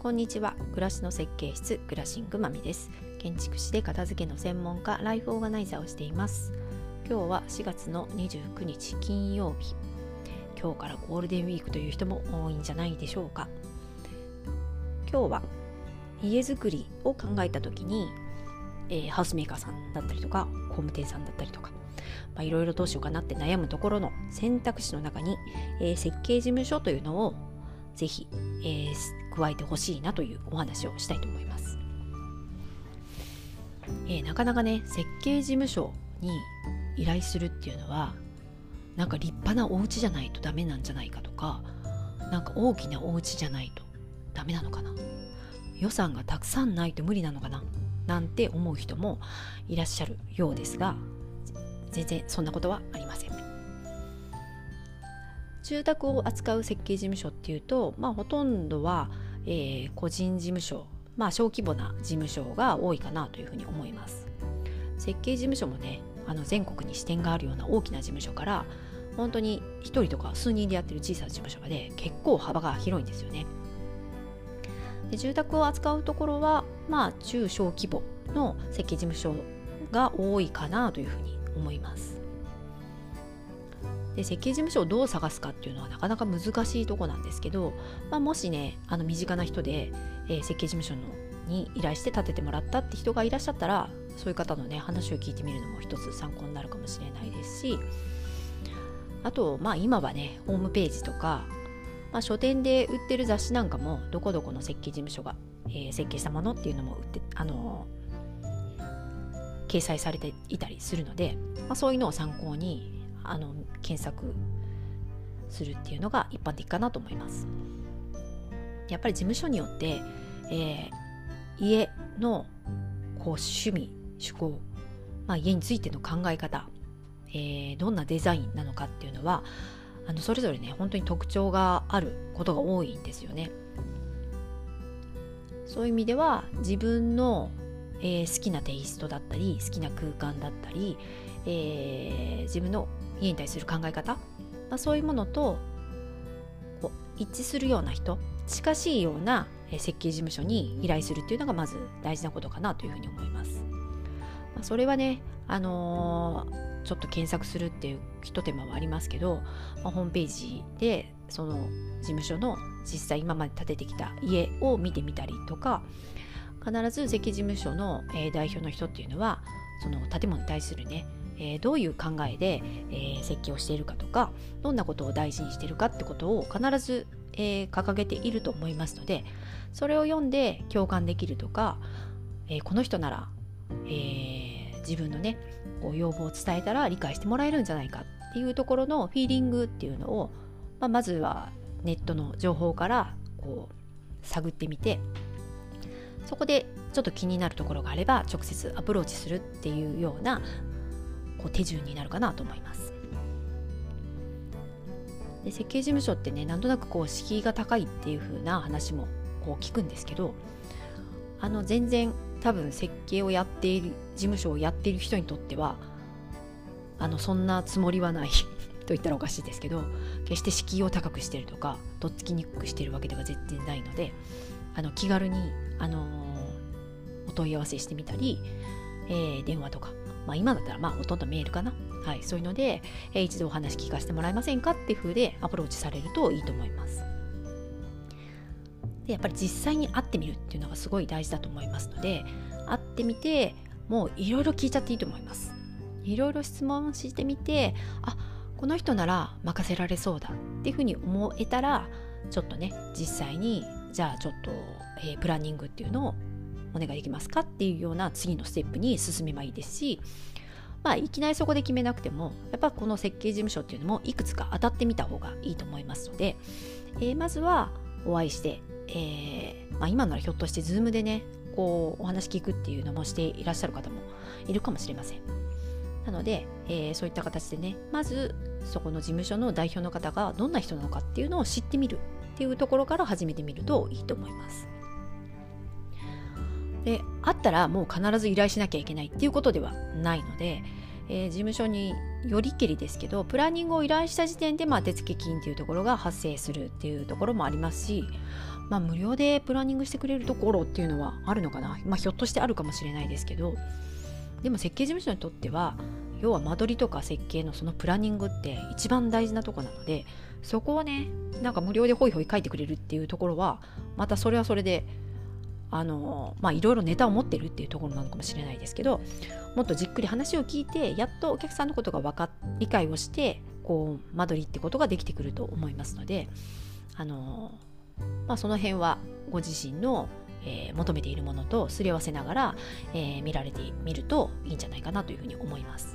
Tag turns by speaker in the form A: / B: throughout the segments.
A: こんにちは。暮らしの設計室グラシングまみです。建築士で片付けの専門家、ライフオーガナイザーをしています。今日は4月の29日金曜日。今日からゴールデンウィークという人も多いんじゃないでしょうか。今日は家づくりを考えた時に、ハウスメーカーさんだったりとか工務店さんだったりとか、いろいろどうしようかなって悩むところの選択肢の中に、設計事務所というのをぜひ、加えてほしいなというお話をしたいと思います。なかなかね、設計事務所に依頼するっていうのはなんか立派なお家じゃないとダメなんじゃないかとか、なんか大きなお家じゃないとダメなのかな、予算がたくさんないと無理なのかななんて思う人もいらっしゃるようですが、全然そんなことはありません。住宅を扱う設計事務所っていうと、ほとんどは、個人事務所、小規模な事務所が多いかなというふうに思います。設計事務所もね、全国に支店があるような大きな事務所から、本当に1人とか数人でやってる小さな事務所まで結構幅が広いんですよね。で、住宅を扱うところは、中小規模の設計事務所が多いかなというふうに思います。で、設計事務所をどう探すかっていうのはなかなか難しいとこなんですけど、もしね、身近な人で、設計事務所に依頼して建ててもらったって人がいらっしゃったら、そういう方のね話を聞いてみるのも一つ参考になるかもしれないですし、あと今はね、ホームページとか、書店で売ってる雑誌なんかもどこどこの設計事務所が、設計したものっていうのも売って掲載されていたりするので、そういうのを参考に検索するっていうのが一般的かなと思います。やっぱり事務所によって、家の趣味趣向、家についての考え方、どんなデザインなのかっていうのはそれぞれね、本当に特徴があることが多いんですよね。そういう意味では自分の、好きなテイストだったり、好きな空間だったり、自分の家に対する考え方、そういうものと一致するような人、近しいような設計事務所に依頼するっていうのがまず大事なことかなというふうに思います。それはね、ちょっと検索するっていう一手間はありますけど、ホームページでその事務所の実際今まで建ててきた家を見てみたりとか、必ず設計事務所の、代表の人っていうのはその建物に対するね、どういう考えで、設計をしているかとか、どんなことを大事にしているかってことを必ず、掲げていると思いますので、それを読んで共感できるとか、この人なら、自分のね要望を伝えたら理解してもらえるんじゃないかっていうところのフィーリングっていうのを、まずはネットの情報から探ってみて、そこでちょっと気になるところがあれば直接アプローチするっていうような手順になるかなと思います。で、設計事務所ってね、なんとなく敷居が高いっていう風な話も聞くんですけど、全然多分設計をやっている事務所をやっている人にとってはそんなつもりはないと言ったらおかしいですけど、決して敷居を高くしているとかとっつきにくくしているわけでは絶対ないので、気軽にお問い合わせしてみたり、電話とか、今だったらほとんどメールかな、そういうので、一度お話聞かせてもらえませんかっていう風でアプローチされるといいと思います。で、やっぱり実際に会ってみるっていうのがすごい大事だと思いますので、会ってみてもういろいろ聞いちゃっていいと思います。いろいろ質問してみて、この人なら任せられそうだっていうふうに思えたら、ちょっとね実際にじゃあちょっと、プランニングっていうのをお願いできますかっていうような次のステップに進めばいいですし、いきなりそこで決めなくても、やっぱこの設計事務所っていうのもいくつか当たってみた方がいいと思いますので、まずはお会いして、今ならひょっとしてズームでねお話聞くっていうのもしていらっしゃる方もいるかもしれません。なので、そういった形でね、まずそこの事務所の代表の方がどんな人なのかっていうのを知ってみるっていうところから始めてみるといいと思います。で、あったらもう必ず依頼しなきゃいけないっていうことではないので、事務所によりけりですけど、プランニングを依頼した時点で手付金っていうところが発生するっていうところもありますし、無料でプランニングしてくれるところっていうのはあるのかな、ひょっとしてあるかもしれないですけど、でも設計事務所にとっては要は間取りとか設計のそのプランニングって一番大事なとこなので、そこをね無料でホイホイ書いてくれるっていうところはまたそれはそれでいろいろネタを持ってるっていうところなのかもしれないですけど、もっとじっくり話を聞いてやっとお客さんのことが理解をして間取りってことができてくると思いますので、その辺はご自身の、求めているものとすり合わせながら、見るといいんじゃないかなというふうに思います。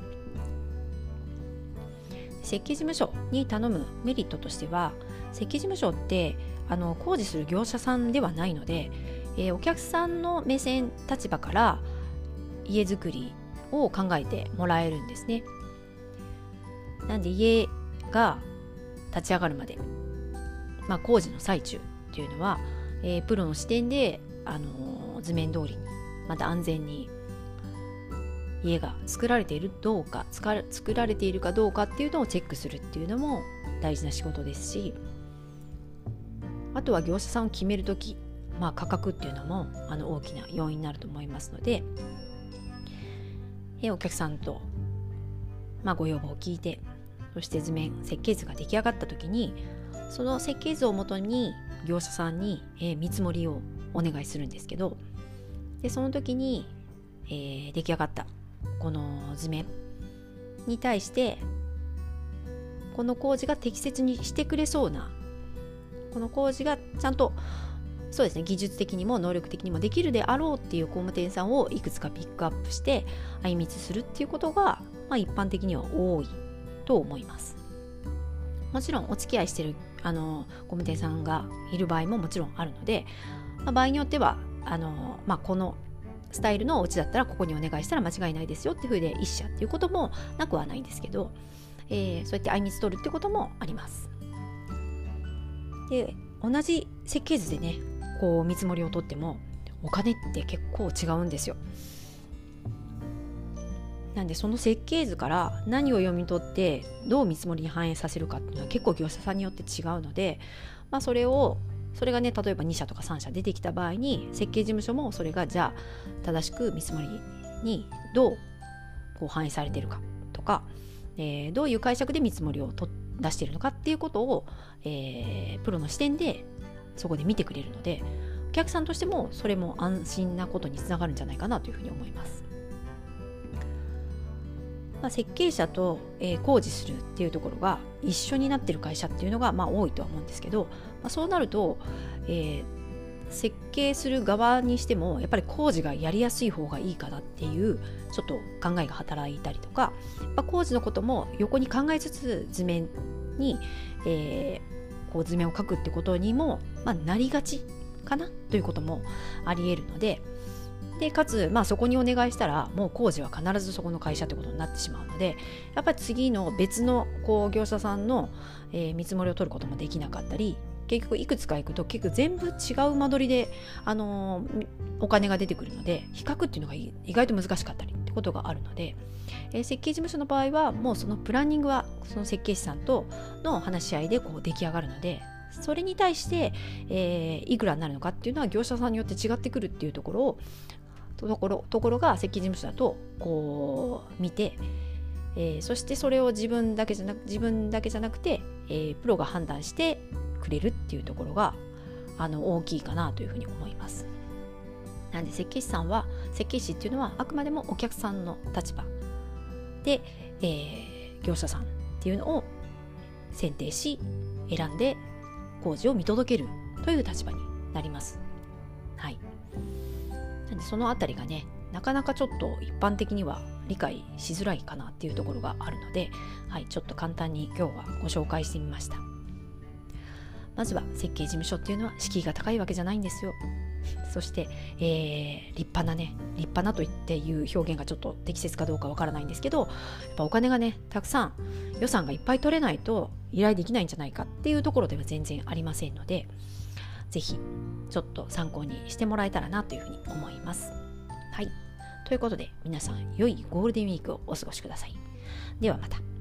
A: 設計事務所に頼むメリットとしては、設計事務所って工事する業者さんではないので、お客さんの目線立場から家づくりを考えてもらえるんですね。なんで家が立ち上がるまで、工事の最中っていうのは、プロの視点で、図面通りにまた安全に家が作られているかどうかっていうのをチェックするっていうのも大事な仕事ですし、あとは業者さんを決めるとき、価格っていうのも大きな要因になると思いますので、お客さんと、ご要望を聞いて、そして図面設計図が出来上がったときに、その設計図をもとに業者さんに、見積もりをお願いするんですけど、でその時に、出来上がったこの図面に対してこの工事が適切にしてくれそうな、この工事がちゃんとそうですね、技術的にも能力的にもできるであろうっていう工務店さんをいくつかピックアップして相見するっていうことが、一般的には多いと思います。もちろんお付き合いしてる工務店さんがいる場合ももちろんあるので、場合によってはこのスタイルのお家だったらここにお願いしたら間違いないですよっていうふうで一社っていうこともなくはないんですけど、そうやって相見取るってこともあります。で同じ設計図でね見積もりを取ってもお金って結構違うんですよ。なんでその設計図から何を読み取ってどう見積もりに反映させるかっていうのは結構業者さんによって違うので、それがね例えば2社とか3社出てきた場合に設計事務所もそれがじゃあ正しく見積もりにどう反映されているかとか、どういう解釈で見積もりを出しているのかっていうことを、プロの視点でそこで見てくれるので、お客さんとしてもそれも安心なことにつながるんじゃないかなというふうに思います。設計者と、工事するっていうところが一緒になっている会社っていうのが多いとは思うんですけど、そうなると、設計する側にしてもやっぱり工事がやりやすい方がいいかなっていうちょっと考えが働いたりとか、工事のことも横に考えつつ図面に、図面を描くってことにも、なりがちかなということもあり得るので、かつ、そこにお願いしたらもう工事は必ずそこの会社ってことになってしまうので、やっぱり次の別の業者さんの、見積もりを取ることもできなかったり、結局いくつか行くと結局全部違う間取りで、お金が出てくるので比較っていうのが意外と難しかったりってことがあるので、設計事務所の場合はもうそのプランニングはその設計士さんとの話し合いで出来上がるので、それに対して、いくらになるのかっていうのは業者さんによって違ってくるっていうところが設計事務所だと見て、そしてそれを自分だけじゃなくて、プロが判断してくれるっていうところが大きいかなというふうに思います。なので設計士っていうのはあくまでもお客さんの立場で、業者さんっていうのを選定し選んで工事を見届けるという立場になります。はい。なんでそのあたりがねなかなかちょっと一般的には理解しづらいかなっていうところがあるので、ちょっと簡単に今日はご紹介してみました。まずは設計事務所っていうのは敷居が高いわけじゃないんですよ。そして、立派なと言っていう表現がちょっと適切かどうかわからないんですけど、やっぱお金がねたくさん予算がいっぱい取れないと依頼できないんじゃないかっていうところでは全然ありませんので、ぜひちょっと参考にしてもらえたらなというふうに思います。はい。ということで皆さん良いゴールデンウィークをお過ごしください。ではまた。